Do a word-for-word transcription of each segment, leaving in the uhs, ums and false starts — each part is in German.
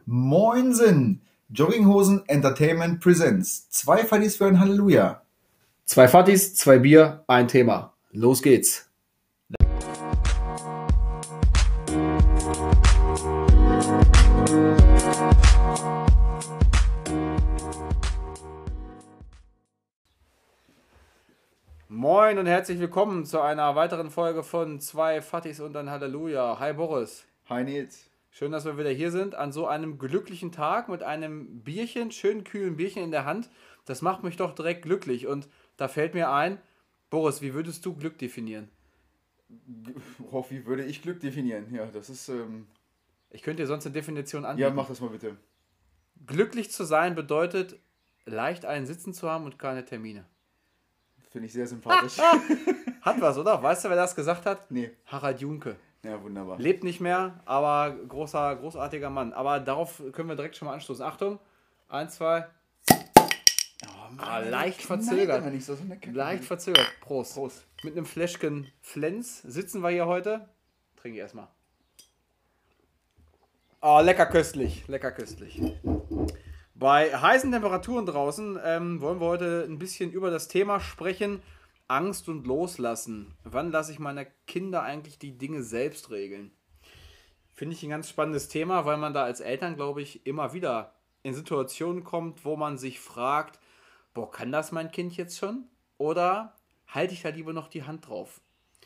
Moinsen! Jogginghosen Entertainment Presents. Zwei Fatties für ein Halleluja. Zwei Fatties, zwei Bier, ein Thema. Los geht's. Moin und herzlich willkommen zu einer weiteren Folge von Zwei Fatties und ein Halleluja. Hi Boris. Hi Nils. Schön, dass wir wieder hier sind an so einem glücklichen Tag mit einem Bierchen, schönen kühlen Bierchen in der Hand. Das macht mich doch direkt glücklich und da fällt mir ein, Boris, wie würdest du Glück definieren? Oh, wie würde ich Glück definieren? Ja, das ist... Ähm Ich könnte dir sonst eine Definition anbieten. ja, mach das mal bitte. Glücklich zu sein bedeutet, leicht einen Sitzen zu haben und keine Termine. Finde ich sehr sympathisch. Hat was, oder? Weißt du, wer das gesagt hat? Nee. Harald Junke. Ja, wunderbar. Lebt nicht mehr, aber großer, großartiger Mann. Aber darauf können wir direkt schon mal anstoßen. Achtung, eins, zwei. Oh, Mann, Ah, leicht knallt verzögert. immer nicht so, so eine Kacke. Leicht verzögert. Prost. Prost. Mit einem Fläschchen Flens sitzen wir hier heute. Trinke ich erstmal. Oh, lecker köstlich. Lecker köstlich. Bei heißen Temperaturen draußen ähm, wollen wir heute ein bisschen über das Thema sprechen. Angst und Loslassen. Wann lasse ich meine Kinder eigentlich die Dinge selbst regeln? Finde ich ein ganz spannendes Thema, weil man da als Eltern, glaube ich, immer wieder in Situationen kommt, wo man sich fragt, boah, kann das mein Kind jetzt schon? Oder halte ich da lieber noch die Hand drauf?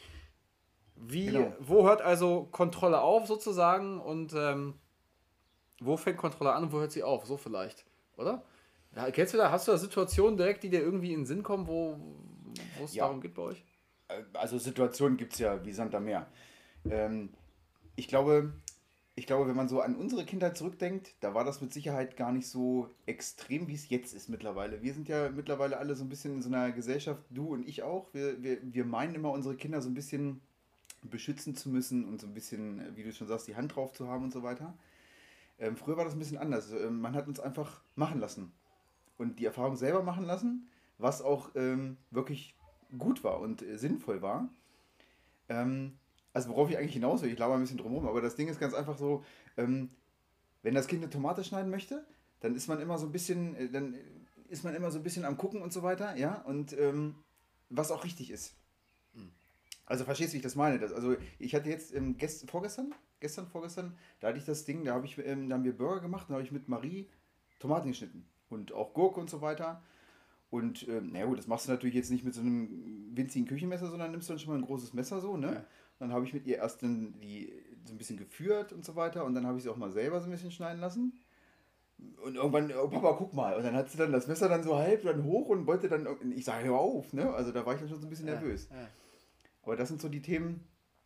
Wie, Genau. Wo hört also Kontrolle auf sozusagen und ähm, wo fängt Kontrolle an und wo hört sie auf? So vielleicht, oder? Ja, kennst du da, hast du da Situationen direkt, die dir irgendwie in den Sinn kommen, wo wo es Ja. darum geht bei euch? Also Situationen gibt es ja wie Sand am Meer. Ähm, ich glaube, ich glaube, wenn man so an unsere Kindheit zurückdenkt, da war das mit Sicherheit gar nicht so extrem, wie es jetzt ist mittlerweile. Wir sind ja mittlerweile alle so ein bisschen in so einer Gesellschaft, du und ich auch. Wir, wir, wir meinen immer, unsere Kinder so ein bisschen beschützen zu müssen und so ein bisschen, wie du schon sagst, die Hand drauf zu haben und so weiter. Ähm, früher war das ein bisschen anders. Ähm, man hat uns einfach machen lassen und die Erfahrung selber machen lassen, was auch ähm, wirklich gut war und äh, sinnvoll war. Ähm, also worauf ich eigentlich hinaus will, ich laber ein bisschen drumherum, aber das Ding ist ganz einfach so, ähm, wenn das Kind eine Tomate schneiden möchte, dann ist man immer so ein bisschen, äh, dann ist man immer so ein bisschen am Gucken und so weiter, ja, und ähm, was auch richtig ist. Also verstehst du, wie ich das meine? Das, also ich hatte jetzt ähm, gest, vorgestern, gestern, vorgestern, da hatte ich das Ding, da, hab ich, ähm, da haben wir Burger gemacht, da habe ich mit Marie Tomaten geschnitten und auch Gurke und so weiter. Und ähm, na gut, das machst du natürlich jetzt nicht mit so einem winzigen Küchenmesser, sondern nimmst dann schon mal ein großes Messer so, ne? Ja. Dann habe ich mit ihr erst dann die so ein bisschen geführt und so weiter und dann habe ich sie auch mal selber so ein bisschen schneiden lassen. Und irgendwann, oh Papa, guck mal. Und dann hat sie dann das Messer dann so halb dann hoch und wollte dann, ich sage, hör auf, ne? Also da war ich dann schon so ein bisschen nervös. Ja, ja. Aber das sind so die Themen,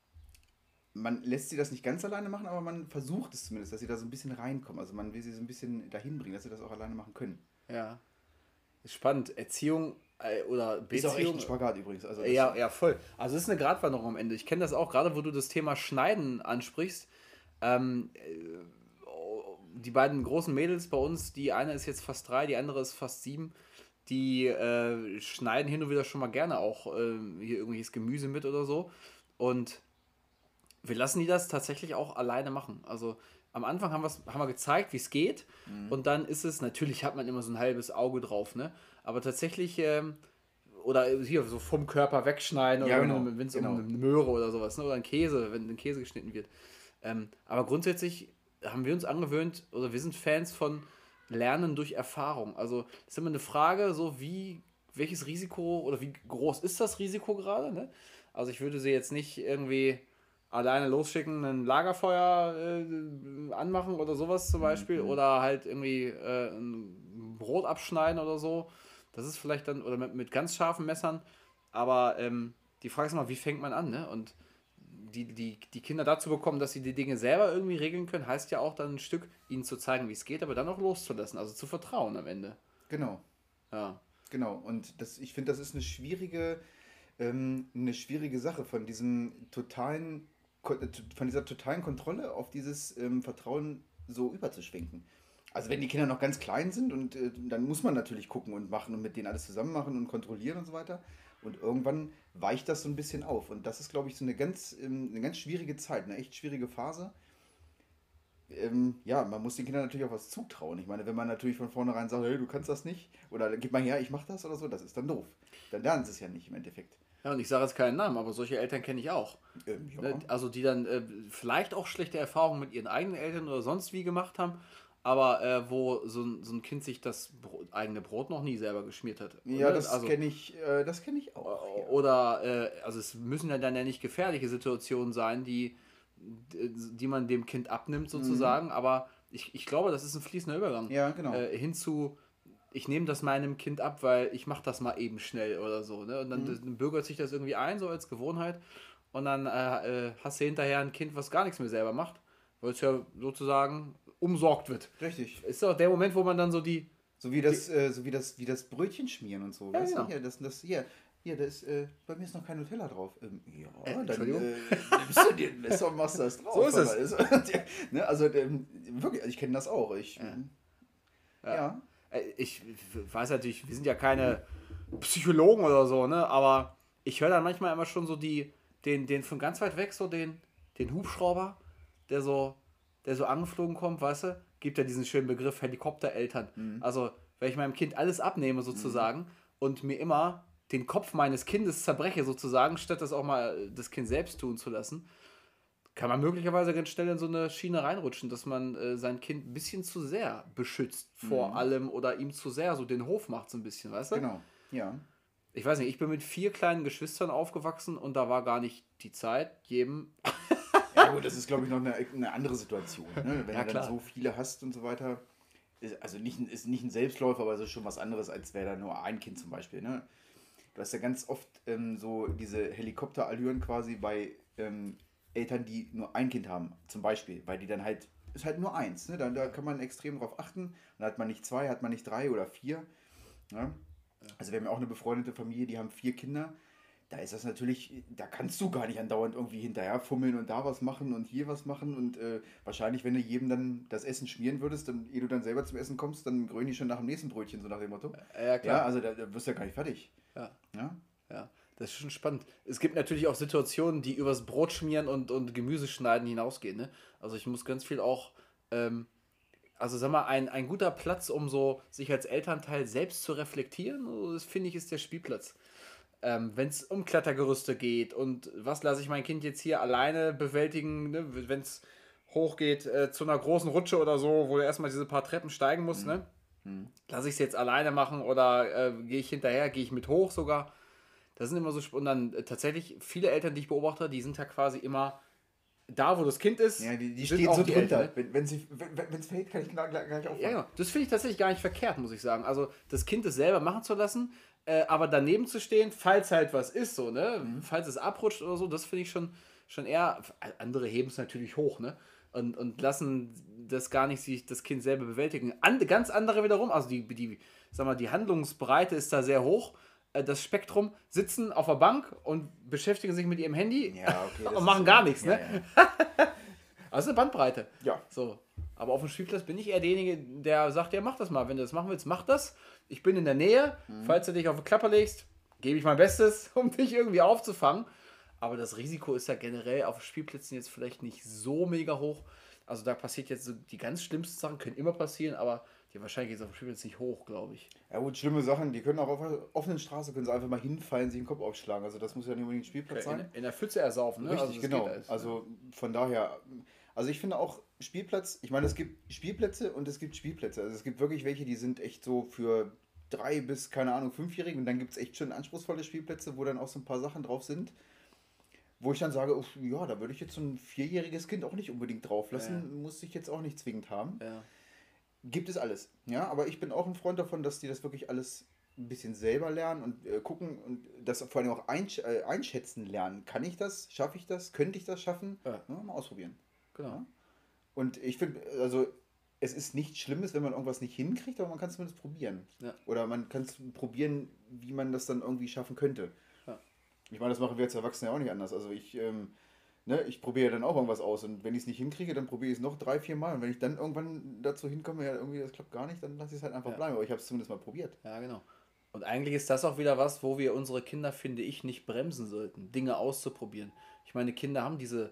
man lässt sie das nicht ganz alleine machen, aber man versucht es zumindest, dass sie da so ein bisschen reinkommen. Also man will sie so ein bisschen dahin bringen, dass sie das auch alleine machen können. Ja. Ist spannend. Erziehung äh, oder Ist auch echt Beziehung. ein Spagat übrigens. Also das- Ja, ja, voll. Also es ist eine Gratwanderung am Ende. Ich kenne das auch, gerade wo du das Thema Schneiden ansprichst. Ähm, äh, die beiden großen Mädels bei uns, die eine ist jetzt fast drei, die andere ist fast sieben, die äh, schneiden hin und wieder schon mal gerne auch äh, hier irgendwelches Gemüse mit oder so. Und wir lassen die das tatsächlich auch alleine machen. Also am Anfang haben, wir's, haben wir gezeigt, wie es geht. Mhm. Und dann ist es, natürlich hat man immer so ein halbes Auge drauf, ne? Aber tatsächlich, ähm, oder hier so vom Körper wegschneiden, Ja, oder genau, wenn es genau. um eine Möhre oder sowas, ne? Oder ein Käse, wenn ein Käse geschnitten wird. Ähm, aber grundsätzlich haben wir uns angewöhnt, oder wir sind Fans von Lernen durch Erfahrung. Also das ist immer eine Frage, so wie, welches Risiko oder wie groß ist das Risiko gerade, ne? Also ich würde sie jetzt nicht irgendwie alleine losschicken, ein Lagerfeuer äh, anmachen oder sowas zum Beispiel, Mhm. oder halt irgendwie äh, ein Brot abschneiden oder so. Das ist vielleicht dann, oder mit, mit ganz scharfen Messern. Aber ähm, die Frage ist mal, wie fängt man an, ne? Und die, die, die Kinder dazu bekommen, dass sie die Dinge selber irgendwie regeln können, heißt ja auch dann ein Stück, ihnen zu zeigen, wie es geht, aber dann auch loszulassen, also zu vertrauen am Ende. Genau, Ja. genau. Und das, ich finde, das ist eine schwierige, ähm, eine schwierige Sache von diesem totalen, Ko- äh, von dieser totalen Kontrolle auf dieses ähm, Vertrauen so überzuschwenken. Also wenn die Kinder noch ganz klein sind und äh, dann muss man natürlich gucken und machen und mit denen alles zusammen machen und kontrollieren und so weiter. Und irgendwann weicht das so ein bisschen auf. Und das ist, glaube ich, so eine ganz, ähm, eine ganz schwierige Zeit, eine echt schwierige Phase, ähm, ja, man muss den Kindern natürlich auch was zutrauen. Ich meine, wenn man natürlich von vornherein sagt, hey, du kannst das nicht, oder gib mal her, ich mach das oder so, das ist dann doof. Dann lernen sie es ja nicht im Endeffekt. Ja, und ich sage jetzt keinen Namen, aber solche Eltern kenne ich auch. Ähm, ja. Ne? Also die dann äh, vielleicht auch schlechte Erfahrungen mit ihren eigenen Eltern oder sonst wie gemacht haben, aber äh, wo so ein, so ein Kind sich das Bro eigene Brot noch nie selber geschmiert hat. Ja, Ne? das Also, kenne ich, äh, das kenne ich auch. Ja. oder, äh, also es müssen ja dann ja nicht gefährliche Situationen sein, die, die man dem Kind abnimmt sozusagen, mhm. aber ich, ich glaube, das ist ein fließender Übergang. Ja, genau. Äh, hin zu, ich nehme das meinem Kind ab, weil ich mache das mal eben schnell oder so. Ne? Und dann, mhm. dann bürgert sich das irgendwie ein, so als Gewohnheit. Und dann äh, hast du hinterher ein Kind, was gar nichts mehr selber macht, weil es ja sozusagen umsorgt wird. Richtig. Ist doch der Moment, wo man dann so die... So wie das, die, äh, so wie das, wie das Brötchen schmieren und so. Ja, weißt genau. du? Hier, das, das, hier, hier das, äh, bei mir ist noch kein Nutella drauf. Ähm, ja, äh, dann Entschuldigung? Äh, nimmst du dir Messer und machst das drauf. So ist es. Ist, ne, also ähm, wirklich, ich kenne das auch. Ich, ja. ja. ja. Ich weiß natürlich, wir sind ja keine Psychologen oder so, ne? Aber ich höre dann manchmal immer schon so die, den, den von ganz weit weg, so den, den Hubschrauber, der so, der so angeflogen kommt, weißt du? Gibt ja diesen schönen Begriff Helikoptereltern. Mhm. Also, wenn ich meinem Kind alles abnehme sozusagen mhm. und mir immer den Kopf meines Kindes zerbreche sozusagen, statt das auch mal das Kind selbst tun zu lassen, kann man möglicherweise ganz schnell in so eine Schiene reinrutschen, dass man äh, sein Kind ein bisschen zu sehr beschützt vor mhm. allem oder ihm zu sehr so den Hof macht so ein bisschen, weißt du? Genau, ja. Ich weiß nicht, ich bin mit vier kleinen Geschwistern aufgewachsen und da war gar nicht die Zeit, jedem... Ja gut, das ist glaube ich noch eine, eine andere Situation, ne? Wenn ja, du dann so viele hast und so weiter. Ist, also nicht, ist nicht ein Selbstläufer, aber es ist schon was anderes, als wäre da nur ein Kind zum Beispiel, ne? Du hast ja ganz oft ähm, so diese Helikopterallüren quasi bei... Ähm, Eltern, die nur ein Kind haben, zum Beispiel, weil die dann halt, ist halt nur eins, ne? Da, da kann man extrem drauf achten. Dann hat man nicht zwei, hat man nicht drei oder vier. Ja? Also wir haben ja auch eine befreundete Familie, die haben vier Kinder. Da ist das natürlich, da kannst du gar nicht andauernd irgendwie hinterher fummeln und da was machen und hier was machen. Und äh, wahrscheinlich, wenn du jedem dann das Essen schmieren würdest, dann, ehe du dann selber zum Essen kommst, dann grölen die schon nach dem nächsten Brötchen, so nach dem Motto. Ja, klar. Ja, also da, da wirst du ja gar nicht fertig. Ja. Ja. Ja. Das ist schon spannend. Es gibt natürlich auch Situationen, die übers Brot schmieren und, und Gemüse schneiden hinausgehen. Ne? Also ich muss ganz viel auch, ähm, also sag mal, ein, ein guter Platz, um so sich als Elternteil selbst zu reflektieren, das finde ich, ist der Spielplatz. Ähm, wenn es um Klettergerüste geht und was lasse ich mein Kind jetzt hier alleine bewältigen, ne? Wenn es hochgeht äh, zu einer großen Rutsche oder so, wo du erstmal diese paar Treppen steigen musst, mhm. ne? Mhm. Lasse ich es jetzt alleine machen oder äh, gehe ich hinterher, gehe ich mit hoch sogar. Das sind immer so, und dann äh, tatsächlich viele Eltern, die ich beobachte, die sind ja quasi immer da, wo das Kind ist. Ja, die, die stehen so die drunter. Eltern, wenn es wenn, wenn, fällt, kann ich gar, gar nicht auffangen. Ja, genau. Das finde ich tatsächlich gar nicht verkehrt, muss ich sagen. Also das Kind es selber machen zu lassen, äh, aber daneben zu stehen, falls halt was ist, so, ne? Mhm. Falls es abrutscht oder so, das finde ich schon, schon eher. Andere heben es natürlich hoch, ne? Und, und lassen das gar nicht sich das Kind selber bewältigen. And, ganz andere wiederum, also die, die, sag mal, die Handlungsbreite ist da sehr hoch. Das Spektrum, sitzen auf der Bank und beschäftigen sich mit ihrem Handy ja, okay, und machen gar nichts. Ja, ne? ja. Also eine Bandbreite. Ja. So. Aber auf dem Spielplatz bin ich eher derjenige, der sagt, ja, mach das mal. Wenn du das machen willst, mach das. Ich bin in der Nähe. Mhm. Falls du dich auf die Klappe legst, gebe ich mein Bestes, um dich irgendwie aufzufangen. Aber das Risiko ist ja generell auf Spielplätzen jetzt vielleicht nicht so mega hoch. Also da passiert jetzt so, die ganz schlimmsten Sachen können immer passieren, aber die Wahrscheinlichkeit ist auf dem Spielplatz nicht hoch, glaube ich. Ja gut, schlimme Sachen, die können auch auf der offenen Straße, können sie einfach mal hinfallen, sich den Kopf aufschlagen. Also das muss ja nicht unbedingt ein Spielplatz okay, sein. In, in der Pfütze ersaufen, ne? Richtig, also genau. Alles, also von daher, also ich finde auch Spielplatz, ich meine, es gibt Spielplätze und es gibt Spielplätze. Also es gibt wirklich welche, die sind echt so für drei bis, keine Ahnung, fünfjährigen und dann gibt es echt schon anspruchsvolle Spielplätze, wo dann auch so ein paar Sachen drauf sind. Wo ich dann sage, oh, ja, da würde ich jetzt so ein vierjähriges Kind auch nicht unbedingt drauf lassen, ja. Muss ich jetzt auch nicht zwingend haben. Ja. Gibt es alles, ja, aber ich bin auch ein Freund davon, dass die das wirklich alles ein bisschen selber lernen und äh, gucken und das vor allem auch einsch äh, einschätzen lernen. Kann ich das? Schaffe ich das? Könnte ich das schaffen? Ja. Ja, mal ausprobieren. Genau. Ja? Und ich finde, also es ist nichts Schlimmes, wenn man irgendwas nicht hinkriegt, aber man kann es zumindest probieren. Ja. Oder man kann es probieren, wie man das dann irgendwie schaffen könnte. Ja. Ich meine, das machen wir als Erwachsene ja auch nicht anders. Also ich, ähm, ne, ich probiere dann auch irgendwas aus und wenn ich es nicht hinkriege, dann probiere ich es noch drei, vier Mal. Und wenn ich dann irgendwann dazu hinkomme, ja, irgendwie das klappt gar nicht, dann lasse ich es halt einfach ja. bleiben. Aber ich habe es zumindest mal probiert. Ja, genau. Und eigentlich ist das auch wieder was, wo wir unsere Kinder, finde ich, nicht bremsen sollten, Dinge auszuprobieren. Ich meine, Kinder haben diese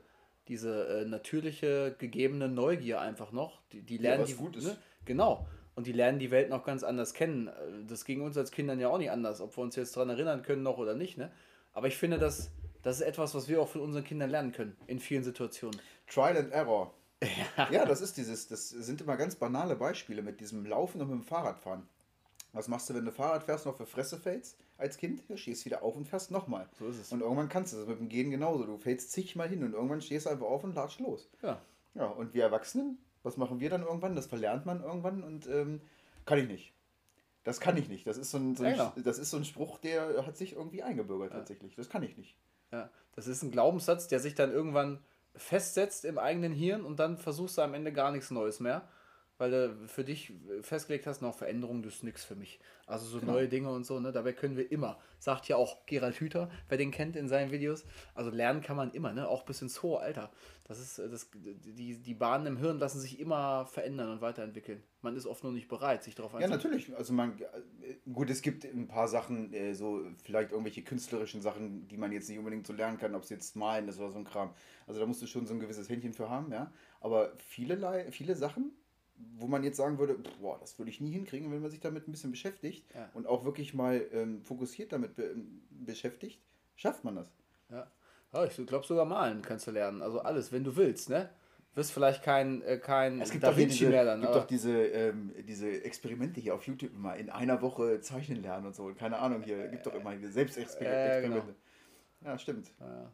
diese äh, natürliche, gegebene Neugier einfach noch. Die, die lernen was die, gut ist. ne? Genau. Und die lernen die Welt noch ganz anders kennen. Äh, Das ging uns als Kindern ja auch nicht anders, ob wir uns jetzt daran erinnern können noch oder nicht. Ne? Aber ich finde, das, das ist etwas, was wir auch von unseren Kindern lernen können, in vielen Situationen. Trial and Error. Ja, das ist dieses, das sind immer ganz banale Beispiele mit diesem Laufen und mit dem Fahrradfahren. Was machst du, wenn du Fahrrad fährst und auf die Fresse fällst als Kind? Ja, stehst wieder auf und fährst nochmal. So ist es. Und irgendwann kannst du das mit dem Gehen genauso. Du fällst zigmal hin und irgendwann stehst du einfach auf und latsch los. Ja. Ja, und wir Erwachsenen, was machen wir dann irgendwann? Das verlernt man irgendwann und ähm, kann ich nicht. Das kann ich nicht. Das ist so ein, so ein, Ja, genau. das ist so ein Spruch, der hat sich irgendwie eingebürgert tatsächlich. Das kann ich nicht. Ja, das ist ein Glaubenssatz, der sich dann irgendwann festsetzt im eigenen Hirn und dann versuchst du am Ende gar nichts Neues mehr, weil du für dich festgelegt hast, noch Veränderung, das ist nichts für mich. Also so Genau. neue Dinge und so, ne, dabei können wir immer, sagt ja auch Gerald Hüther, wer den kennt in seinen Videos, also lernen kann man immer, ne, auch bis ins hohe Alter. Das ist, äh, das, die, die Bahnen im Hirn lassen sich immer verändern und weiterentwickeln. Man ist oft nur nicht bereit, sich darauf Ja, einzulassen. natürlich. Also man, äh, gut, es gibt ein paar Sachen, äh, so vielleicht irgendwelche künstlerischen Sachen, die man jetzt nicht unbedingt so lernen kann, ob es jetzt malen ist oder so ein Kram. Also da musst du schon so ein gewisses Händchen für haben, ja. Aber vielerlei, viele Sachen, wo man jetzt sagen würde, pff, boah, das würde ich nie hinkriegen, wenn man sich damit ein bisschen beschäftigt Ja. und auch wirklich mal ähm, fokussiert damit be beschäftigt, schafft man das. Ja, ja ich glaube sogar malen kannst du lernen, also alles, wenn du willst, ne? Wirst vielleicht kein, äh, kein Es gibt Da doch hier Vinci diese, mehr dann, gibt aber doch diese, ähm, diese Experimente hier auf YouTube immer, in einer Woche zeichnen lernen und so. Und keine Ahnung, hier gibt doch immer diese Selbstexperimente. Äh, genau. Ja, stimmt.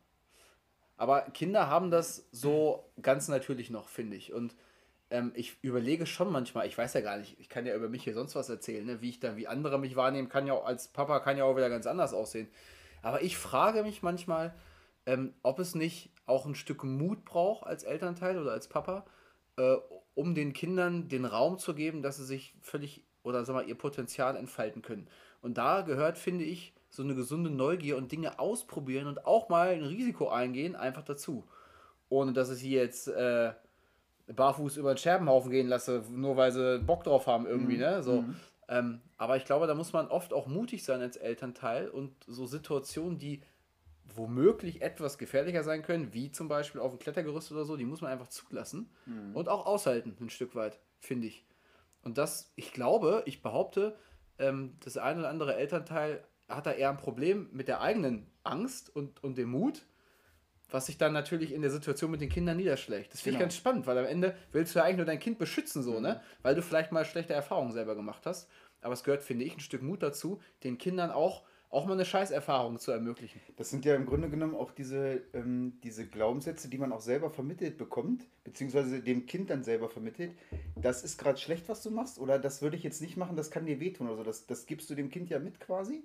Aber Kinder haben das so ganz natürlich noch, finde ich. Und ähm, ich überlege schon manchmal, ich weiß ja gar nicht, ich kann ja über mich hier sonst was erzählen, ne? Wie ich dann, wie andere mich wahrnehmen, kann ja auch als Papa kann ja auch wieder ganz anders aussehen. Aber ich frage mich manchmal, ähm, ob es nicht auch ein Stück Mut braucht als Elternteil oder als Papa, äh, um den Kindern den Raum zu geben, dass sie sich völlig oder sag mal, ihr Potenzial entfalten können. Und da gehört, finde ich, so eine gesunde Neugier und Dinge ausprobieren und auch mal ein Risiko eingehen, einfach dazu. Ohne dass ich sie jetzt äh, barfuß über den Scherbenhaufen gehen lasse, nur weil sie Bock drauf haben irgendwie, ne? So. Ähm, aber ich glaube, da muss man oft auch mutig sein als Elternteil und so Situationen, die womöglich etwas gefährlicher sein können, wie zum Beispiel auf dem Klettergerüst oder so, die muss man einfach zulassen und auch aushalten, ein Stück weit, finde ich. Und das, ich glaube, ich behaupte, ähm, das ein oder andere Elternteil hat da eher ein Problem mit der eigenen Angst und, und dem Mut, was sich dann natürlich in der Situation mit den Kindern niederschlägt. Das finde Genau. ich ganz spannend, weil am Ende willst du ja eigentlich nur dein Kind beschützen, so, ne? Weil du vielleicht mal schlechte Erfahrungen selber gemacht hast. Aber es gehört, finde ich, ein Stück Mut dazu, den Kindern auch, auch mal eine Scheißerfahrung zu ermöglichen. Das sind ja im Grunde genommen auch diese, ähm, diese Glaubenssätze, die man auch selber vermittelt bekommt, beziehungsweise dem Kind dann selber vermittelt. Das ist gerade schlecht, was du machst, oder das würde ich jetzt nicht machen, das kann dir wehtun oder so. Das, das gibst du dem Kind ja mit quasi.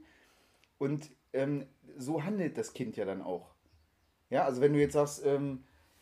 Und ähm, so handelt das Kind ja dann auch. Ja, also wenn du jetzt sagst, ähm,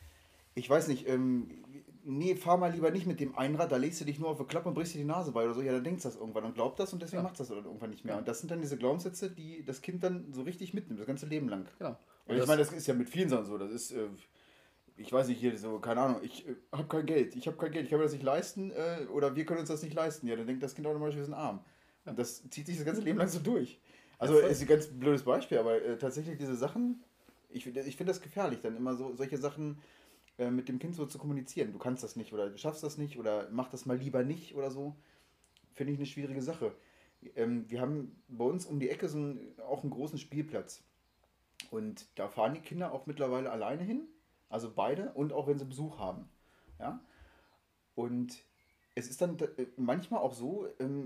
ich weiß nicht, ähm, nee, fahr mal lieber nicht mit dem Einrad, da legst du dich nur auf die Klappe und brichst dir die Nase bei oder so, ja, dann denkst du das irgendwann und glaubt das und deswegen Ja. macht das dann irgendwann nicht mehr. Ja. Und das sind dann diese Glaubenssätze, die das Kind dann so richtig mitnimmt, das ganze Leben lang. Genau. Und Und ich das- meine, das ist ja mit vielen Sachen so, das ist, äh, ich weiß nicht, hier so, keine Ahnung, ich äh, habe kein Geld, ich habe kein Geld, ich kann mir das nicht leisten äh, oder wir können uns das nicht leisten. Ja, dann denkt das Kind automatisch, wir sind arm. Und das zieht sich das ganze Leben lang so durch. Also, voll. ist ein ganz blödes Beispiel, aber äh, tatsächlich diese Sachen, ich, find- ich finde das gefährlich, dann immer so solche Sachen äh, mit dem Kind so zu kommunizieren. Du kannst das nicht oder du schaffst das nicht oder mach das mal lieber nicht oder so. Finde ich eine schwierige Sache. Ähm, wir haben bei uns um die Ecke so einen, auch einen großen Spielplatz. Und da fahren die Kinder auch mittlerweile alleine hin. Also beide und auch wenn sie Besuch haben. Ja? Und es ist dann äh, manchmal auch so, ähm,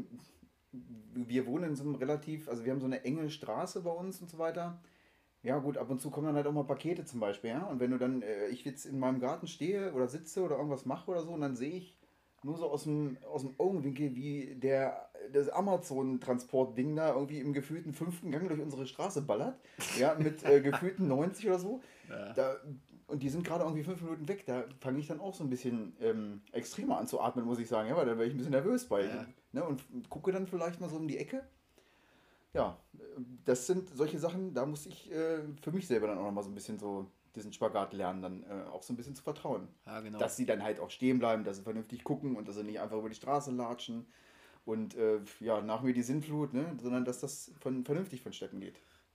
wir wohnen in so einem relativ, also wir haben so eine enge Straße bei uns und so weiter. Ja gut, ab und zu kommen dann halt auch mal Pakete zum Beispiel, ja. Und wenn du dann, äh, ich jetzt in meinem Garten stehe oder sitze oder irgendwas mache oder so, und dann sehe ich nur so aus dem, aus dem Augenwinkel, wie der, das Amazon-Transport-Ding da irgendwie im gefühlten fünften Gang durch unsere Straße ballert, ja, mit äh, gefühlten neunzig oder so. Ja. Da, und die sind gerade irgendwie fünf Minuten weg, da fange ich dann auch so ein bisschen ähm, extremer an zu atmen, muss ich sagen, ja, weil da wäre ich ein bisschen nervös bei. Ja. Ne, und gucke dann vielleicht mal so um die Ecke. Ja, äh, das sind solche Sachen, da muss ich äh, für mich selber dann auch nochmal so ein bisschen so diesen Spagat lernen, dann äh, auch so ein bisschen zu vertrauen. Ja, genau. Dass sie dann halt auch stehen bleiben, dass sie vernünftig gucken und dass sie nicht einfach über die Straße latschen und äh, ja, nach mir die Sintflut, ne, sondern dass das von, vernünftig vonstatten geht.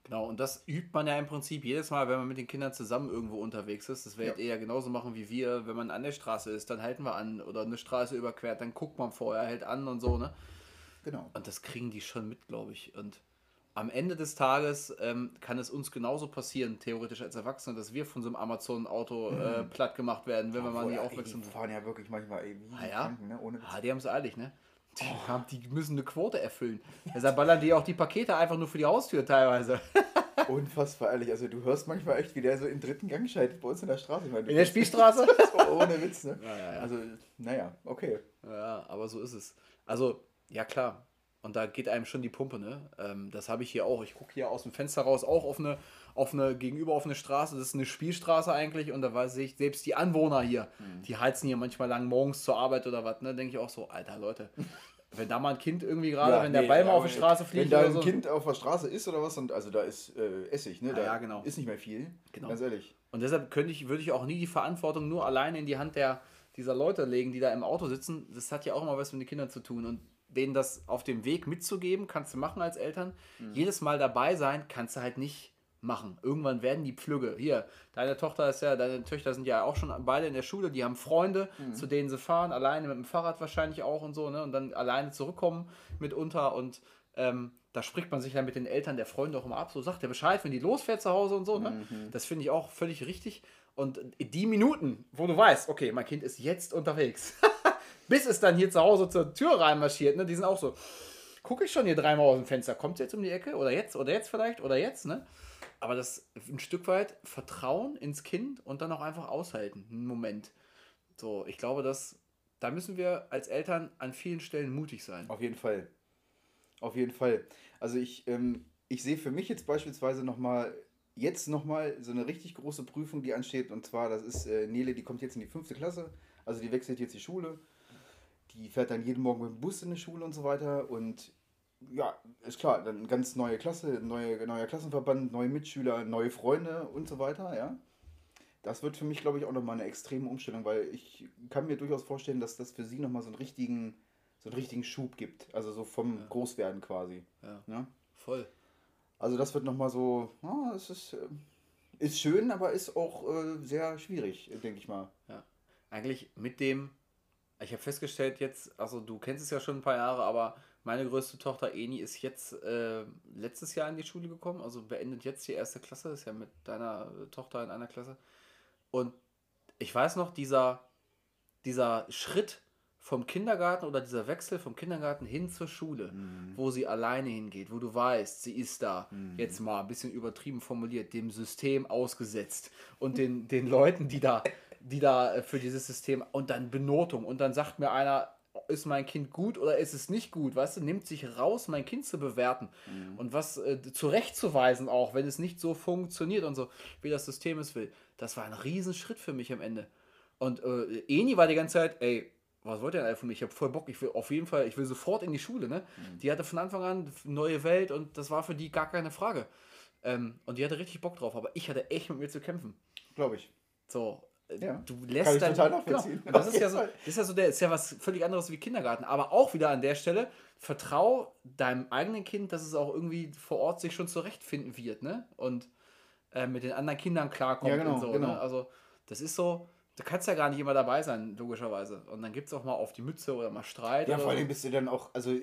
Genau, und das übt man ja im Prinzip jedes Mal, wenn man mit den Kindern zusammen irgendwo unterwegs ist. Das werdet Ja. ihr ja genauso machen wie wir. Wenn man an der Straße ist, dann halten wir an. Oder eine Straße überquert, dann guckt man vorher, hält an und so, ne? Genau. Und das kriegen die schon mit, glaube ich. Und am Ende des Tages ähm, kann es uns genauso passieren, theoretisch als Erwachsene, dass wir von so einem Amazon-Auto äh, platt gemacht werden, wenn wir mal nicht aufmerksam Die sind. fahren ja wirklich manchmal ey, wie Ah die ja? Kranken, ne? Ohne Witz. Ah, die haben es eilig, ne? Die, haben, die müssen eine Quote erfüllen. Deshalb ballern die auch die Pakete einfach nur für die Haustür teilweise. Unfassbar ehrlich. Also du hörst manchmal echt, wie der so im dritten Gang schaltet bei uns in der Straße. Ich meine, In der Spielstraße? so ohne Witz, ne? Ja, ja, ja. Also, naja, okay. Ja, aber so ist es. Also, ja klar. Und da geht einem schon die Pumpe, ne? Ähm, das habe ich hier auch. Ich gucke hier aus dem Fenster raus, auch auf eine, auf eine, gegenüber auf eine Straße. Das ist eine Spielstraße eigentlich. Und da weiß ich, selbst die Anwohner hier, mhm. die heizen hier manchmal lang morgens zur Arbeit oder was, ne? Denke ich auch so, alter Leute. Wenn da mal ein Kind irgendwie gerade, ja, wenn der nee, Ball mal auf die Straße fliegt. Wenn da oder ein so. Kind auf der Straße ist oder was, und also da ist äh, Essig, ne? Da ja, ja, genau. ist nicht mehr viel. Genau. Ganz ehrlich. Und deshalb könnte ich, würde ich auch nie die Verantwortung nur alleine in die Hand der, dieser Leute legen, die da im Auto sitzen. Das hat ja auch immer was mit den Kindern zu tun. Und denen das auf dem Weg mitzugeben, kannst du machen als Eltern. Mhm. Jedes Mal dabei sein, kannst du halt nicht machen. Irgendwann werden die Pflüge. Hier, deine Tochter ist ja, deine Töchter sind ja auch schon beide in der Schule, die haben Freunde, mhm. zu denen sie fahren, alleine mit dem Fahrrad wahrscheinlich auch und so, ne? Und dann alleine zurückkommen mitunter und ähm, da spricht man sich dann mit den Eltern der Freunde auch immer ab, so sagt der Bescheid, wenn die losfährt zu Hause und so, ne? Mhm. Das finde ich auch völlig richtig. Und die Minuten, wo du weißt, okay, mein Kind ist jetzt unterwegs, bis es dann hier zu Hause zur Tür reinmarschiert, ne? Die sind auch so, gucke ich schon hier dreimal aus dem Fenster, kommt es jetzt um die Ecke oder jetzt oder jetzt vielleicht oder jetzt, ne? Aber das ein Stück weit Vertrauen ins Kind und dann auch einfach aushalten, einen Moment. So, ich glaube, dass da müssen wir als Eltern an vielen Stellen mutig sein. Auf jeden Fall. Auf jeden Fall. Also ich, ähm, ich sehe für mich jetzt beispielsweise nochmal, jetzt nochmal so eine richtig große Prüfung, die ansteht. Und zwar, das ist äh, Nele, die kommt jetzt in die fünfte Klasse. Also die wechselt jetzt die Schule. Die fährt dann jeden Morgen mit dem Bus in die Schule und so weiter. Und ja, ist klar, dann ganz neue Klasse, neue, neuer Klassenverband, neue Mitschüler, neue Freunde und so weiter, ja. Das wird für mich, glaube ich, auch nochmal eine extreme Umstellung, weil ich kann mir durchaus vorstellen, dass das für sie nochmal so einen richtigen, so einen richtigen Schub gibt. Also so vom ja. Großwerden quasi. Ja, ja? Voll. Also das wird nochmal so, oh, es ist, äh, ist schön, aber ist auch äh, sehr schwierig, denke ich mal. Ja, eigentlich mit dem, ich habe festgestellt jetzt, also du kennst es ja schon ein paar Jahre, aber meine größte Tochter Eni ist jetzt äh, letztes Jahr in die Schule gekommen, also beendet jetzt die erste Klasse, ist ja mit deiner Tochter in einer Klasse. Und ich weiß noch, dieser, dieser Schritt vom Kindergarten oder dieser Wechsel vom Kindergarten hin zur Schule, mhm. wo sie alleine hingeht, wo du weißt, sie ist da, mhm. jetzt mal ein bisschen übertrieben formuliert, dem System ausgesetzt und den, den Leuten, die da, die da für dieses System und dann Benotung und dann sagt mir einer, ist mein Kind gut oder ist es nicht gut, weißt du, nimmt sich raus, mein Kind zu bewerten mhm. und was äh, zurechtzuweisen auch, wenn es nicht so funktioniert und so, wie das System es will. Das war ein Riesenschritt für mich am Ende. Und äh, Eni war die ganze Zeit, ey, was wollt ihr denn von mir? Ich habe voll Bock, ich will auf jeden Fall, ich will sofort in die Schule, ne? Mhm. Die hatte von Anfang an neue Welt und das war für die gar keine Frage. Ähm, und die hatte richtig Bock drauf, aber ich hatte echt mit mir zu kämpfen. Glaube ich. So. Ja, du lässt kann ich dann, total nachvollziehen. Genau, das ist ja so, das ist ja so der, ist ja was völlig anderes wie Kindergarten. Aber auch wieder an der Stelle, vertrau deinem eigenen Kind, dass es auch irgendwie vor Ort sich schon zurechtfinden wird, ne? Und äh, mit den anderen Kindern klarkommt ja, genau, und so. Genau. Ne? Also das ist so, da kannst ja gar nicht immer dabei sein, logischerweise. Und dann gibt es auch mal auf die Mütze oder mal Streit. Ja, oder vor allem so. bist du dann auch, also,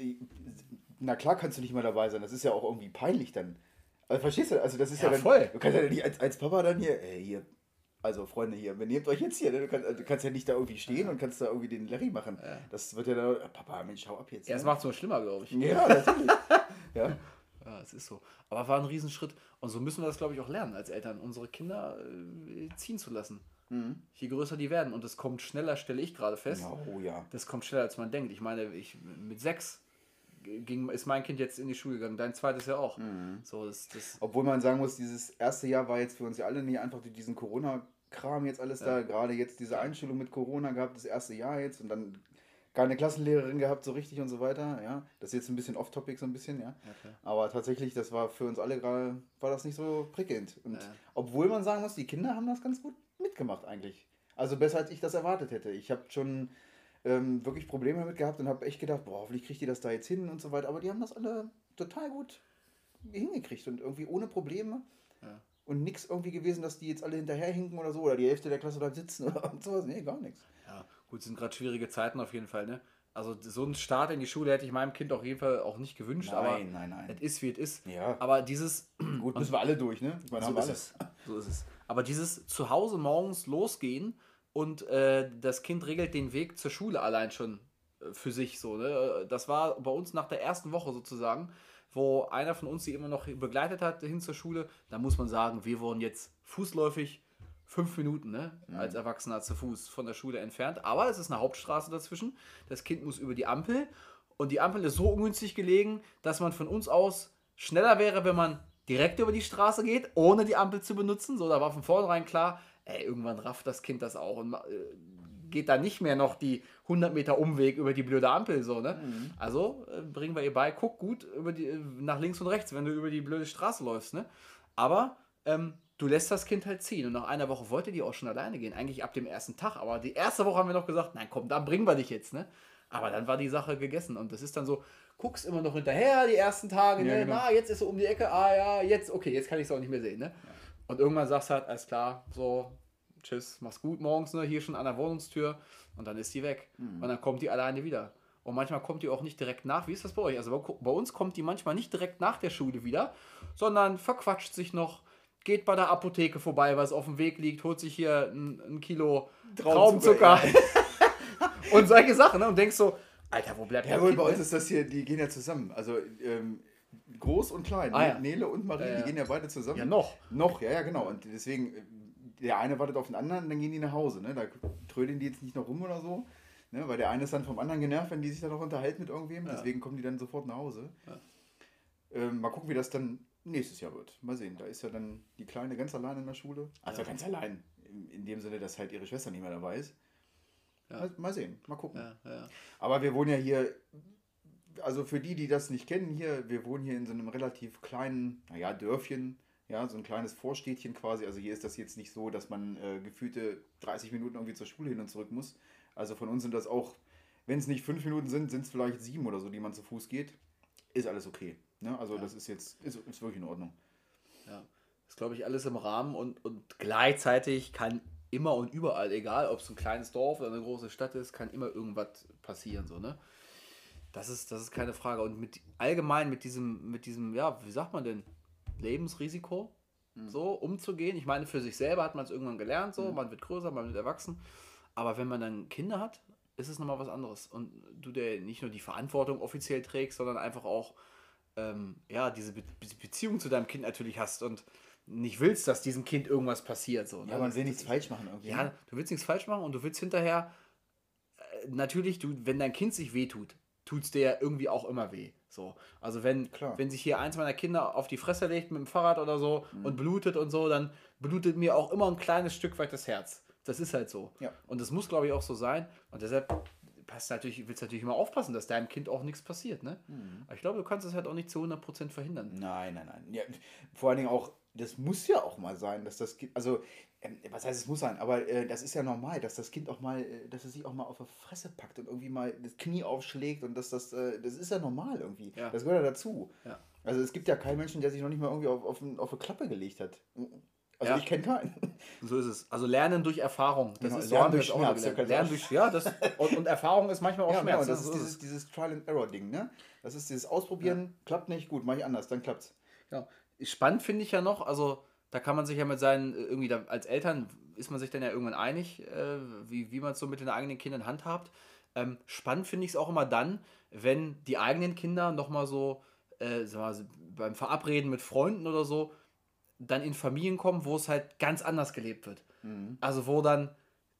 na klar kannst du nicht mal dabei sein. Das ist ja auch irgendwie peinlich dann. Also, verstehst du? Also das ist ja, ja dann, voll. Du kannst ja nicht als, als Papa dann hier, ey, hier, also Freunde hier, wir nehmt euch jetzt hier, ne? du, kannst, du kannst ja nicht da irgendwie stehen ja. und kannst da irgendwie den Larry machen. Ja. Das wird ja dann, Papa, Mensch, schau ab jetzt. Ja, das ne? macht es nur schlimmer, glaube ich. Ja, natürlich. ja. Ja, es ist so. Aber war ein Riesenschritt. Und so müssen wir das, glaube ich, auch lernen als Eltern, unsere Kinder äh, ziehen zu lassen. Mhm. Je größer die werden. Und das kommt schneller, stelle ich gerade fest. Ja, oh ja. Das kommt schneller, als man denkt. Ich meine, ich mit sechs ging, ist mein Kind jetzt in die Schule gegangen. Dein zweites ja auch. Mhm. So, das, das Obwohl man sagen muss, dieses erste Jahr war jetzt für uns ja alle nie einfach durch diesen Corona-Kram jetzt alles ja. da. Gerade jetzt diese Einstellung mit Corona gehabt, das erste Jahr jetzt. Und dann keine Klassenlehrerin gehabt, so richtig und so weiter, ja. Das ist jetzt ein bisschen off-topic, so ein bisschen, ja. Okay. Aber tatsächlich, das war für uns alle gerade, war das nicht so prickelnd. Und ja. obwohl man sagen muss, die Kinder haben das ganz gut mitgemacht eigentlich. Also besser, als ich das erwartet hätte. Ich habe schon ähm, wirklich Probleme damit gehabt und habe echt gedacht, boah, hoffentlich kriegt die das da jetzt hin und so weiter. Aber die haben das alle total gut hingekriegt und irgendwie ohne Probleme. Ja. Und nichts irgendwie gewesen, dass die jetzt alle hinterherhinken oder so oder die Hälfte der Klasse bleibt sitzen oder sowas. Nee, gar nichts. Ja, gut, sind gerade schwierige Zeiten auf jeden Fall, ne? Also so einen Start in die Schule hätte ich meinem Kind auf jeden Fall auch nicht gewünscht, Nein, aber nein, nein. es ist, wie es ist. Ja. Aber dieses... Gut, müssen wir alle durch, ne? Ich meine, haben So ist alle. es. So ist es. Aber dieses zu Hause morgens losgehen und äh, das Kind regelt den Weg zur Schule allein schon äh, für sich so. Ne? Das war bei uns nach der ersten Woche sozusagen, wo einer von uns sie immer noch begleitet hat hin zur Schule. Da muss man sagen, wir wurden jetzt fußläufig fünf Minuten ne, mhm. als Erwachsener zu Fuß von der Schule entfernt. Aber es ist eine Hauptstraße dazwischen. Das Kind muss über die Ampel und die Ampel ist so ungünstig gelegen, dass man von uns aus schneller wäre, wenn man direkt über die Straße geht, ohne die Ampel zu benutzen. So, da war von vornherein klar, ey, irgendwann rafft das Kind das auch und äh, geht da nicht mehr noch die hundert Meter Umweg über die blöde Ampel. So, ne? Mhm. Also äh, bringen wir ihr bei, guck gut über die, nach links und rechts, wenn du über die blöde Straße läufst. Ne? Aber ähm, du lässt das Kind halt ziehen und nach einer Woche wollte die auch schon alleine gehen, eigentlich ab dem ersten Tag. Aber die erste Woche haben wir noch gesagt, nein komm, da bringen wir dich jetzt. Ne? Aber dann war die Sache gegessen und das ist dann so, guckst immer noch hinterher die ersten Tage, ja, ne? Genau. Na, jetzt ist er um die Ecke, ah ja, jetzt, okay, jetzt kann ich es auch nicht mehr sehen. Ne? Ja. Und irgendwann sagst du halt, alles klar, so, tschüss, mach's gut morgens, ne? Hier schon an der Wohnungstür und dann ist die weg. Mhm. Und dann kommt die alleine wieder. Und manchmal kommt die auch nicht direkt nach. Wie ist das bei euch? Also bei, bei uns kommt die manchmal nicht direkt nach der Schule wieder, sondern verquatscht sich noch, geht bei der Apotheke vorbei, was auf dem Weg liegt, holt sich hier ein, ein Kilo Traubenzucker. Und solche Sachen, ne? Und denkst so, Alter, wo bleibt der Ja, wohl, bei uns ist das hier, die gehen ja zusammen. Also ähm, groß und klein. Ah, ja. Nele und Marie, ja, ja. die gehen ja beide zusammen. Ja, noch. Noch, ja, ja, genau. Und deswegen, der eine wartet auf den anderen, dann gehen die nach Hause. Ne? Da trödeln die jetzt nicht noch rum oder so. Ne? Weil der eine ist dann vom anderen genervt, wenn die sich dann noch unterhalten mit irgendwem. Ja. Deswegen kommen die dann sofort nach Hause. Ja. Ähm, mal gucken, wie das dann nächstes Jahr wird. Mal sehen. Da ist ja dann die Kleine ganz allein in der Schule. Also ja. ganz allein. In, in dem Sinne, dass halt ihre Schwester nicht mehr dabei ist. Ja. Mal, mal sehen, mal gucken. Ja, ja. Aber wir wohnen ja hier, also für die, die das nicht kennen, hier, wir wohnen hier in so einem relativ kleinen, naja, Dörfchen, ja, so ein kleines Vorstädtchen quasi. Also hier ist das jetzt nicht so, dass man äh, gefühlte dreißig Minuten irgendwie zur Schule hin und zurück muss. Also von uns sind das auch, wenn es nicht fünf Minuten sind, sind es vielleicht sieben oder so, die man zu Fuß geht. Ist alles okay. Ne? Also ja. das ist jetzt, ist, ist wirklich in Ordnung. Ja, ist glaube ich alles im Rahmen und, und gleichzeitig kann immer und überall, egal ob es ein kleines Dorf oder eine große Stadt ist, kann immer irgendwas passieren. So, ne? Das ist, das ist keine Frage. Und mit allgemein mit diesem, mit diesem, ja, wie sagt man denn, Lebensrisiko mhm. so umzugehen. Ich meine, für sich selber hat man es irgendwann gelernt, so, mhm. man wird größer, man wird erwachsen. Aber wenn man dann Kinder hat, ist es nochmal was anderes. Und du, der nicht nur die Verantwortung offiziell trägst, sondern einfach auch ähm, ja, diese Be- Beziehung zu deinem Kind natürlich hast und nicht willst, dass diesem Kind irgendwas passiert. So, ne? Ja, man will nichts falsch machen irgendwie. Ja, du willst nichts falsch machen und du willst hinterher, äh, natürlich, du, wenn dein Kind sich wehtut, tut es dir ja irgendwie auch immer weh. So. Also wenn, wenn sich hier eins meiner Kinder auf die Fresse legt mit dem Fahrrad oder so mhm. und blutet und so, dann blutet mir auch immer ein kleines Stück weit das Herz. Das ist halt so. Ja. Und das muss, glaube ich, auch so sein. Und deshalb passt natürlich, willst du natürlich immer aufpassen, dass deinem Kind auch nichts passiert. Ne? Mhm. Aber ich glaube, du kannst es halt auch nicht zu hundert Prozent verhindern. Nein, nein, nein. Ja, vor allen Dingen auch, das muss ja auch mal sein, dass das Kind, also, äh, was heißt, es muss sein, aber äh, das ist ja normal, dass das Kind auch mal, äh, dass es sich auch mal auf die Fresse packt und irgendwie mal das Knie aufschlägt und dass das, äh, das ist ja normal irgendwie. Ja. Das gehört ja dazu. Ja. Also es gibt ja keinen Menschen, der sich noch nicht mal irgendwie auf, auf, auf eine Klappe gelegt hat. Also ja. ich kenne keinen. So ist es. Also Lernen durch Erfahrung. Das genau, ist Lernen so durch Schmerz. Lernen, lernen durch, ja, das, und, und Erfahrung ist manchmal auch ja, Schmerz. Ja, das, das ist dieses, dieses Trial-and-Error-Ding, ne? Das ist dieses Ausprobieren, ja. klappt nicht, gut, mach ich anders, dann klappt's. Ja. Spannend finde ich ja noch, also da kann man sich ja mit seinen, irgendwie da, als Eltern ist man sich dann ja irgendwann einig, äh, wie, wie man es so mit den eigenen Kindern handhabt. Ähm, spannend finde ich es auch immer dann, wenn die eigenen Kinder nochmal so, äh, sagen wir mal, beim Verabreden mit Freunden oder so, dann in Familien kommen, wo es halt ganz anders gelebt wird. Mhm. Also wo dann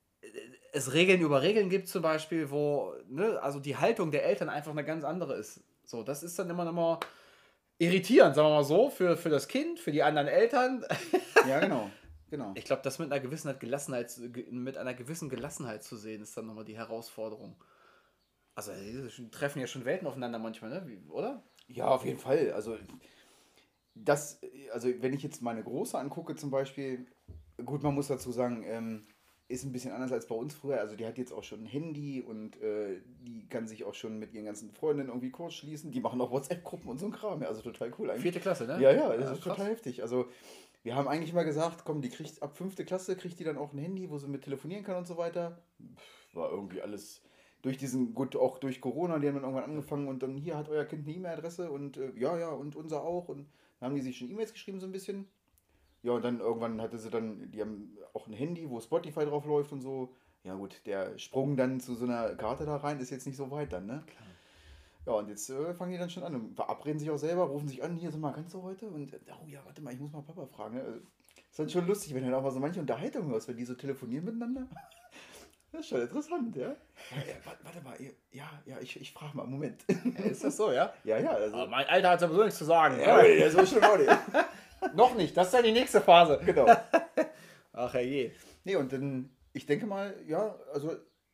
es Regeln über Regeln gibt zum Beispiel, wo, ne, also die Haltung der Eltern einfach eine ganz andere ist. So, das ist dann immer, immer irritierend, sagen wir mal so, für, für das Kind, für die anderen Eltern. Ja, genau. genau. Ich glaube, das mit einer gewissen Gelassenheit, mit einer gewissen Gelassenheit zu sehen, ist dann nochmal die Herausforderung. Also, die treffen ja schon Welten aufeinander manchmal, ne? Wie, oder? Ja, auf jeden Fall. Also, das, also wenn ich jetzt meine Große angucke zum Beispiel, gut, man muss dazu sagen, ähm, ist ein bisschen anders als bei uns früher. Also die hat jetzt auch schon ein Handy und äh, die kann sich auch schon mit ihren ganzen Freundinnen irgendwie kurz schließen. Die machen auch WhatsApp-Gruppen und so ein Kram. Ja, also total cool eigentlich. Vierte Klasse, ne? Ja, ja, das ja, ist krass. total heftig. Also wir haben eigentlich mal gesagt, komm, die kriegt ab fünfte Klasse, kriegt die dann auch ein Handy, wo sie mit telefonieren kann und so weiter. Pff, war irgendwie alles durch diesen, gut, auch durch Corona, die haben dann irgendwann angefangen und dann hier hat euer Kind eine E-Mail-Adresse und äh, ja, ja, und unser auch. Und dann haben die sich schon E-Mails geschrieben so ein bisschen. Ja, und dann irgendwann hatte sie dann, die haben auch ein Handy, wo Spotify drauf läuft und so. Ja gut, der Sprung dann zu so einer Karte da rein ist jetzt nicht so weit dann, ne? Klar. Ja, und jetzt äh, fangen die dann schon an und verabreden sich auch selber, rufen sich an, hier, sag mal, kannst du heute? Und, äh, oh ja, warte mal, ich muss mal Papa fragen, ne? Also, ist dann schon lustig, wenn du dann auch mal so manche Unterhaltungen hörst, wenn die so telefonieren miteinander. Das ist schon interessant, ja? Ja, ja warte, warte mal, ja, ja, ich, ich frage mal, Moment. Ja, ist das so, ja? Ja, ja, also. Aber mein Alter hat sowieso nichts zu sagen. Ja, ja, so schon auch nicht. Noch nicht, das ist dann die nächste Phase. Genau. Ach herrje. Nee, und dann, ich denke mal, ja, also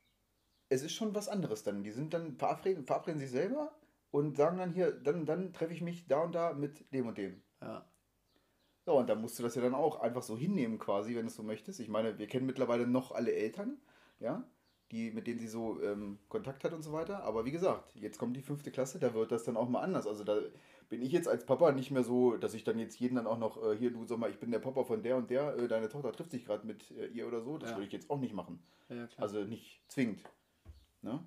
es ist schon was anderes dann. Die sind dann verabreden, verabreden sich selber und sagen dann hier, dann, dann treffe ich mich da und da mit dem und dem. Ja. So, und da musst du das ja dann auch einfach so hinnehmen quasi, wenn du es so möchtest. Ich meine, wir kennen mittlerweile noch alle Eltern, ja, die, mit denen sie so ähm, Kontakt hat und so weiter. Aber wie gesagt, jetzt kommt die fünfte Klasse, da wird das dann auch mal anders. Also da bin ich jetzt als Papa nicht mehr so, dass ich dann jetzt jeden dann auch noch, äh, hier, du sag mal, ich bin der Papa von der und der, äh, deine Tochter trifft sich gerade mit äh, ihr oder so. Das Ja. würde ich jetzt auch nicht machen. Ja, klar. Also nicht zwingend. Ne?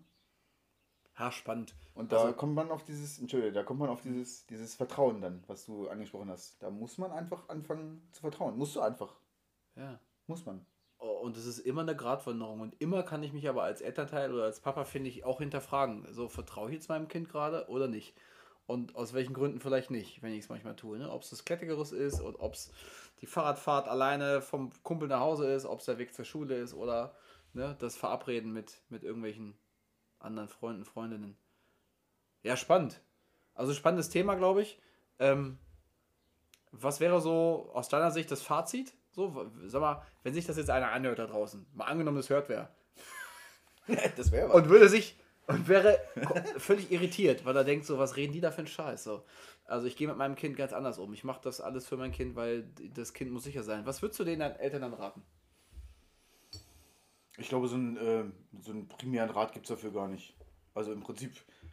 Ha, spannend. Und da Also- kommt man auf dieses, Entschuldige, da kommt man auf dieses, dieses Vertrauen dann, was du angesprochen hast. Da muss man einfach anfangen zu vertrauen. Musst du einfach. Ja. Muss man. Oh, und es ist immer eine Gratwanderung. Und immer kann ich mich aber als Elternteil oder als Papa, finde ich, auch hinterfragen. So, vertraue ich jetzt meinem Kind gerade oder nicht? Und aus welchen Gründen vielleicht nicht, wenn ich es manchmal tue. Ne? Ob es das Klettergerüst ist und ob es die Fahrradfahrt alleine vom Kumpel nach Hause ist, ob es der Weg zur Schule ist oder ne, das Verabreden mit, mit irgendwelchen anderen Freunden, Freundinnen. Ja, spannend. Also spannendes Thema, glaube ich. Ähm, was wäre so aus deiner Sicht das Fazit? So, sag mal, wenn sich das jetzt einer anhört da draußen, mal angenommen, das hört wer. Das wäre was. Und würde sich und wäre ko- völlig irritiert, weil er denkt, so, was reden die da für einen Scheiß? So. Also ich gehe mit meinem Kind ganz anders um. Ich mache das alles für mein Kind, weil das Kind muss sicher sein. Was würdest du den Eltern dann raten? Ich glaube, so einen, äh, so einen primären Rat gibt es dafür gar nicht. Also im Prinzip,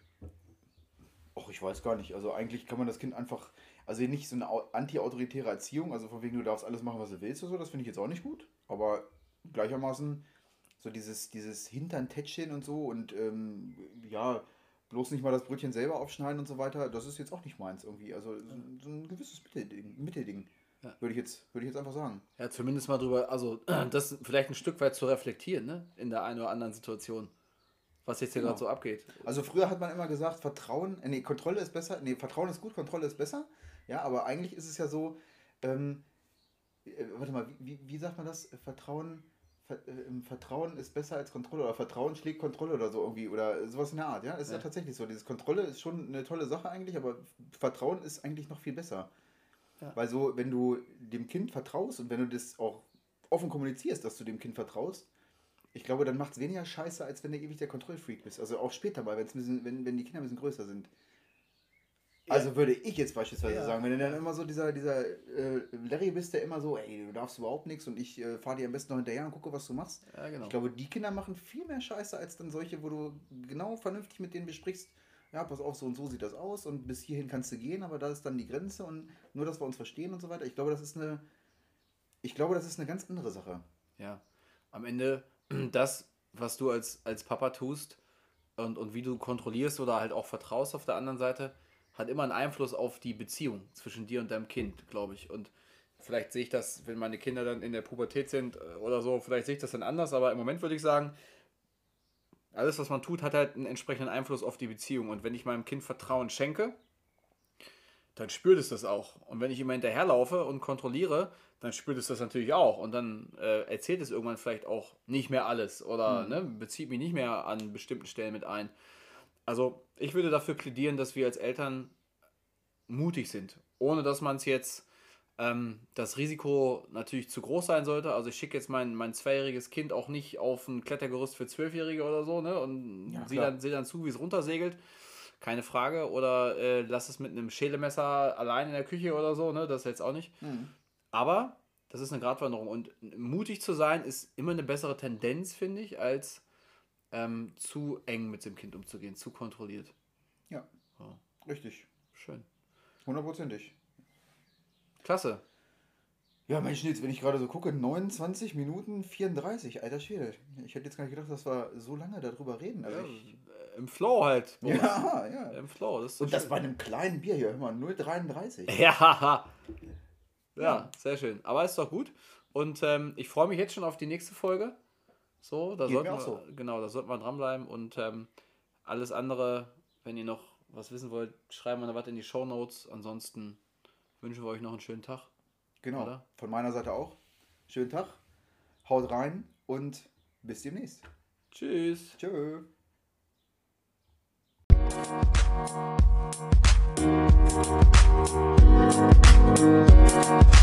ach, ich weiß gar nicht. Also eigentlich kann man das Kind einfach, also nicht so eine au- anti-autoritäre Erziehung, also von wegen, du darfst alles machen, was du willst oder so, das finde ich jetzt auch nicht gut. Aber gleichermaßen so dieses, dieses Hintern-Tätscheln und so und ähm, ja, bloß nicht mal das Brötchen selber aufschneiden und so weiter, das ist jetzt auch nicht meins irgendwie. Also so, so ein gewisses Mittelding, Mittelding Ja. würde ich, jetzt, würde ich jetzt einfach sagen. Ja, zumindest mal drüber, also das vielleicht ein Stück weit zu reflektieren, ne? In der einen oder anderen Situation. Was jetzt hier Genau. gerade so abgeht. Also früher hat man immer gesagt, Vertrauen, äh, nee, Kontrolle ist besser, nee, Vertrauen ist gut, Kontrolle ist besser. Ja, aber eigentlich ist es ja so, ähm, äh, warte mal, wie, wie, wie sagt man das? Vertrauen, Ver, äh, Vertrauen ist besser als Kontrolle oder Vertrauen schlägt Kontrolle oder so irgendwie oder sowas in der Art, ja? Ist ja, Ja. tatsächlich so. Dieses Kontrolle ist schon eine tolle Sache eigentlich, aber Vertrauen ist eigentlich noch viel besser. Ja. Weil so, wenn du dem Kind vertraust und wenn du das auch offen kommunizierst, dass du dem Kind vertraust, ich glaube, dann macht es weniger Scheiße, als wenn du ewig der Kontrollfreak bist. Also auch später mal, wenn's ein bisschen, wenn, wenn die Kinder ein bisschen größer sind. Also würde ich jetzt beispielsweise Ja. sagen, wenn du dann immer so dieser, dieser äh, Larry bist, der immer so, ey, du darfst überhaupt nichts und ich äh, fahre dir am besten noch hinterher und gucke, was du machst. Ja, genau. Ich glaube, die Kinder machen viel mehr Scheiße, als dann solche, wo du genau vernünftig mit denen besprichst, ja, pass auf, so und so sieht das aus und bis hierhin kannst du gehen, aber da ist dann die Grenze und nur, dass wir uns verstehen und so weiter. Ich glaube, das ist eine, ich glaube, das ist eine ganz andere Sache. Ja. Am Ende das, was du als, als Papa tust und, und wie du kontrollierst oder halt auch vertraust auf der anderen Seite, hat immer einen Einfluss auf die Beziehung zwischen dir und deinem Kind, glaube ich. Und vielleicht sehe ich das, wenn meine Kinder dann in der Pubertät sind äh, oder so, vielleicht sehe ich das dann anders, aber im Moment würde ich sagen, alles, was man tut, hat halt einen entsprechenden Einfluss auf die Beziehung. Und wenn ich meinem Kind Vertrauen schenke, dann spürt es das auch. Und wenn ich immer hinterherlaufe und kontrolliere, dann spürt es das natürlich auch. Und dann äh, erzählt es irgendwann vielleicht auch nicht mehr alles oder Mhm. ne, bezieht mich nicht mehr an bestimmten Stellen mit ein. Also ich würde dafür plädieren, dass wir als Eltern mutig sind, ohne dass man es jetzt ähm, das Risiko natürlich zu groß sein sollte. Also ich schicke jetzt mein, mein zweijähriges Kind auch nicht auf ein Klettergerüst für Zwölfjährige oder so, ne? Und Ja, sehe klar. dann, seh dann zu, wie es runtersegelt. Keine Frage. Oder äh, lass es mit einem Schälemesser allein in der Küche oder so, ne? Das jetzt auch nicht. Mhm. Aber das ist eine Gratwanderung. Und mutig zu sein ist immer eine bessere Tendenz, finde ich, als ähm, zu eng mit dem Kind umzugehen, zu kontrolliert. Ja, Ja. richtig. Schön. Hundertprozentig. Klasse. Ja, Mensch, jetzt, wenn ich gerade so gucke, neunundzwanzig Minuten vierunddreißig, alter Schwede. Ich hätte jetzt gar nicht gedacht, dass wir so lange darüber reden. Also Ja, ich, äh, Im Flow halt. Boris. ja, ja. Im Flow. Das ist so Und das schön. bei einem kleinen Bier hier, hör mal, null Komma dreiunddreißig. Ja, ja, Ja. sehr schön. Aber ist doch gut. Und ähm, ich freue mich jetzt schon auf die nächste Folge. So, da Geht sollten mir wir, auch so. genau, da sollten wir dranbleiben. Und ähm, alles andere, wenn ihr noch was wissen wollt, schreiben wir noch was in die Shownotes. Ansonsten wünschen wir euch noch einen schönen Tag. Genau, Oder? von meiner Seite auch. Schönen Tag, haut rein und bis demnächst. Tschüss. Tschö. Thank you.